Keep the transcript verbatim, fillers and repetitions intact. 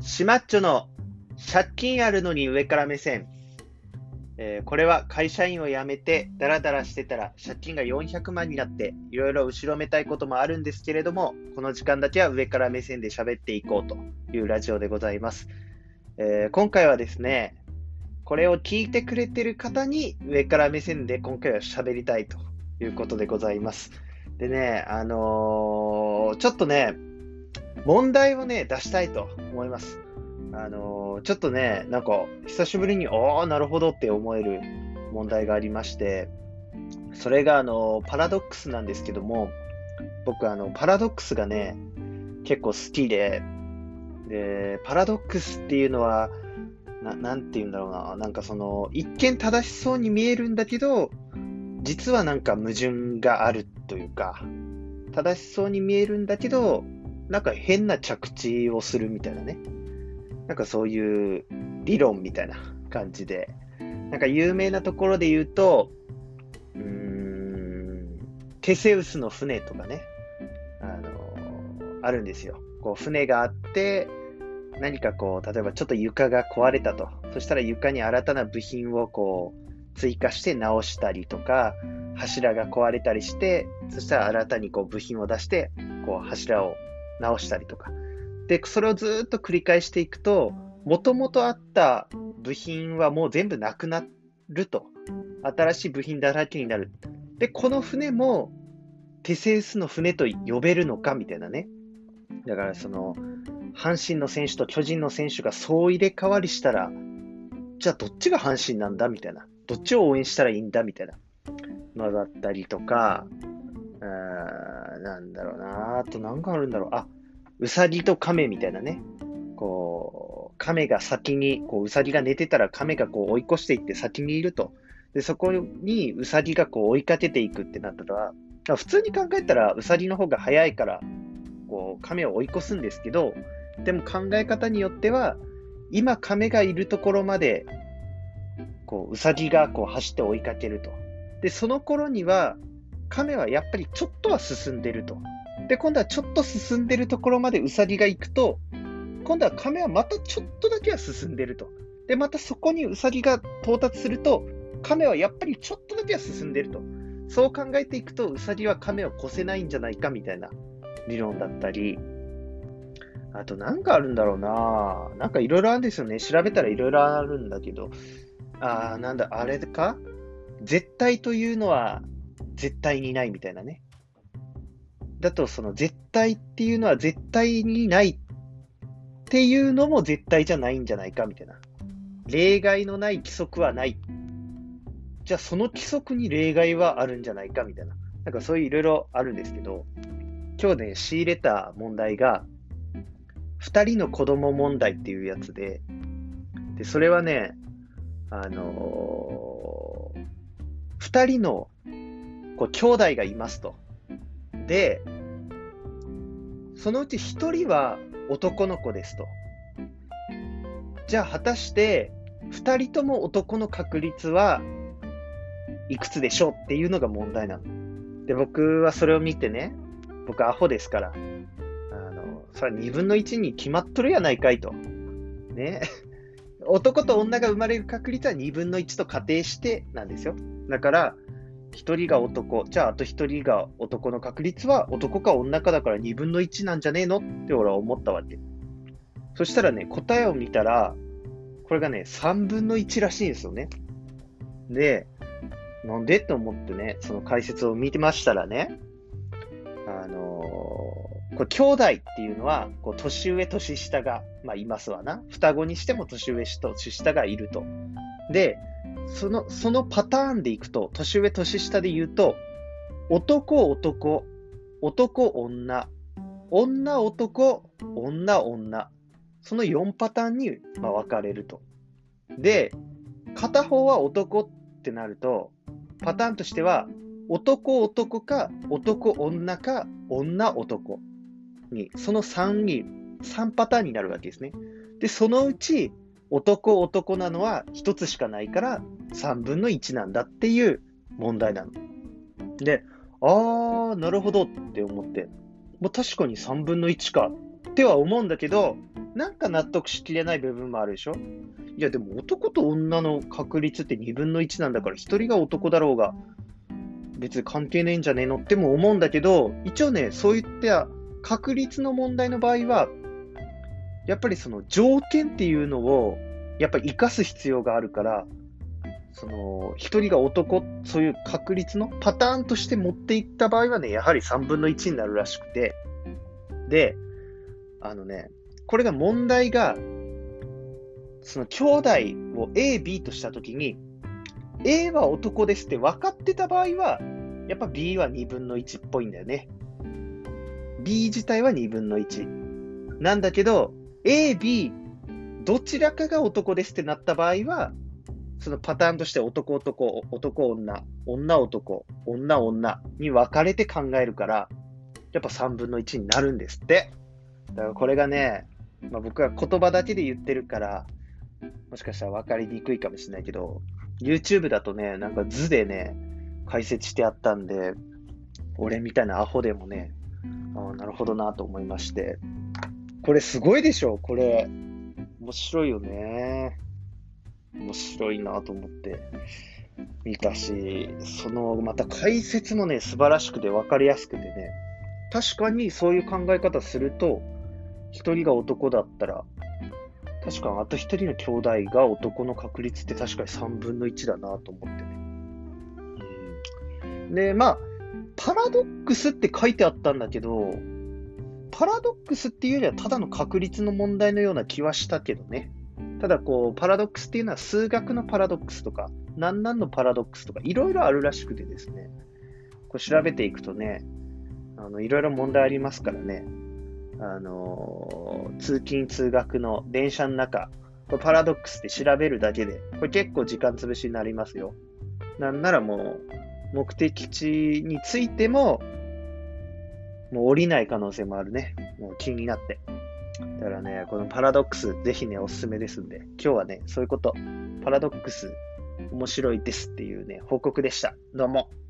シマッチョの借金あるのに上から目線。えーこれは会社員を辞めてダラダラしてたら借金がよんひゃくまんになっていろいろ後ろめたいこともあるんですけれども、この時間だけは上から目線で喋っていこうというラジオでございます。えー今回はですね、これを聞いてくれてる方に上から目線で今回は喋りたいということでございます。でね、あのーちょっとね、問題をね、出したいと思います。あのーちょっとね、なんか、久しぶりに、ああ、なるほどって思える問題がありまして、それが、あのーパラドックスなんですけども、僕、あの、パラドックスがね、結構好きで、で、パラドックスっていうのは、な、なんて言うんだろうな、なんかその、一見正しそうに見えるんだけど、実はなんか矛盾があるというか、正しそうに見えるんだけど、なんか変な着地をするみたいなね。なんかそういう理論みたいな感じで。なんか有名なところで言うと、うーん、テセウスの船とかね、あのあるんですよ。こう船があって、何かこう、例えばちょっと床が壊れたと。そしたら床に新たな部品をこう、追加して直したりとか、柱が壊れたりして、そしたら新たにこう部品を出して、こう柱を直したりとか。で、それをずーっと繰り返していくと、もともとあった部品はもう全部なくなると。新しい部品だらけになる。で、この船もテセウスの船と呼べるのかみたいなね。だからその、阪神の選手と巨人の選手が総入れ替わりしたら、じゃあどっちが阪神なんだみたいな。どっちを応援したらいいんだみたいなのだったりとか、うーんなんだろうな。あと何があるんだろう。あ、うさぎと亀みたいなね。こう、亀が先に、こう、うさぎが寝てたら亀がこう追い越していって先にいると。で、そこにうさぎがこう追いかけていくってなったら、普通に考えたらうさぎの方が早いから、こう、亀を追い越すんですけど、でも考え方によっては、今亀がいるところまで、こう、うさぎがこう走って追いかけると。で、その頃には、亀はやっぱりちょっとは進んでると。で、今度はちょっと進んでるところまでウサギが行くと、今度は亀はまたちょっとだけは進んでると。で、またそこにウサギが到達すると、亀はやっぱりちょっとだけは進んでると。そう考えていくと、ウサギは亀を越せないんじゃないかみたいな理論だったり、あとなんかあるんだろうな。なんかいろいろあるんですよね。調べたらいろいろあるんだけど、あー、なんだ、あれか絶対というのは絶対にないみたいなね。だと、その絶対っていうのは絶対にないっていうのも絶対じゃないんじゃないかみたいな。例外のない規則はない。じゃあその規則に例外はあるんじゃないかみたいな。なんかそういういろいろあるんですけど、今日ね、仕入れた問題が、二人の子供問題っていうやつで、で、それはね、あのー二人のこう兄弟がいますと。で、そのうち一人は男の子ですと。じゃあ果たして二人とも男の確率はいくつでしょうっていうのが問題なの。で、僕はそれを見てね、僕アホですから、あの、それは二分の一に決まっとるやないかいと。ね。男と女が生まれる確率は二分の一と仮定してなんですよ。だから、一人が男、じゃああと一人が男の確率は男か女かだから二分の一なんじゃねえのって俺は思ったわけ。そしたらね、答えを見たら、これがね、三分の一らしいんですよね。で、なんでって思ってね、その解説を見てましたらね、あのーこれ兄弟っていうのは、こう年上、年下が、まあいますわな。双子にしても年上、年下がいると。で、その、そのパターンでいくと、年上、年下で言うと、男、男、男、女、女、男、女、女。そのよんパターンに、まあ、分かれると。で、片方は男ってなると、パターンとしては、男、男か、男、女か、女、男に、そのさんに、さんパターンになるわけですね。で、そのうち、男、男なのはひとつしかないから、さんぶんのいちなんだっていう問題なの。で、あー、なるほどって思って、もう確かにさんぶんのいちかっては思うんだけど、 なんか納得しきれない部分もあるでしょ。いやでも男と女の確率ってにぶんのいちなんだから、ひとりが男だろうが別に関係ねえんじゃねえのっても思うんだけど、一応ね、そういった確率の問題の場合は、やっぱりその条件っていうのをやっぱり生かす必要があるから、その一人が男、そういう確率のパターンとして持っていった場合はね、やはりさんぶんのいちになるらしくて、で、あのね、これが問題が、その兄弟を A、B としたときに、A は男ですって分かってた場合は、やっぱ B はにぶんのいちっぽいんだよね。B 自体はにぶんのいち。なんだけど、A、B、どちらかが男ですってなった場合は、そのパターンとして男、男、男、女、女、男、女、女に分かれて考えるから、やっぱさんぶんのいちになるんですって。だからこれがね、まあ、僕は言葉だけで言ってるから、もしかしたら分かりにくいかもしれないけど、YouTube だとね、なんか図でね、解説してあったんで、俺みたいなアホでもね、ああ、なるほどなと思いまして。これすごいでしょ、これ。面白いよね。面白いなと思って見たし、そのまた解説もね、素晴らしくて分かりやすくてね、確かにそういう考え方すると、一人が男だったら、確かにあと一人の兄弟が男の確率って確かにさんぶんのいちだなと思ってね。うん、で、まあ、パラドックスって書いてあったんだけど、パラドックスっていうよりはただの確率の問題のような気はしたけどね。ただこう、パラドックスっていうのは数学のパラドックスとか、何々のパラドックスとか、いろいろあるらしくてですね、こう調べていくとね、あのいろいろ問題ありますからね、あのー、通勤通学の電車の中、これパラドックスって調べるだけで、これ結構時間潰しになりますよ。なんならもう、目的地についても、もう降りない可能性もあるね。もう気になって。だからね、このパラドックス、ぜひね、おすすめですんで、今日はね、そういうこと、パラドックス、面白いですっていうね、報告でした。どうも。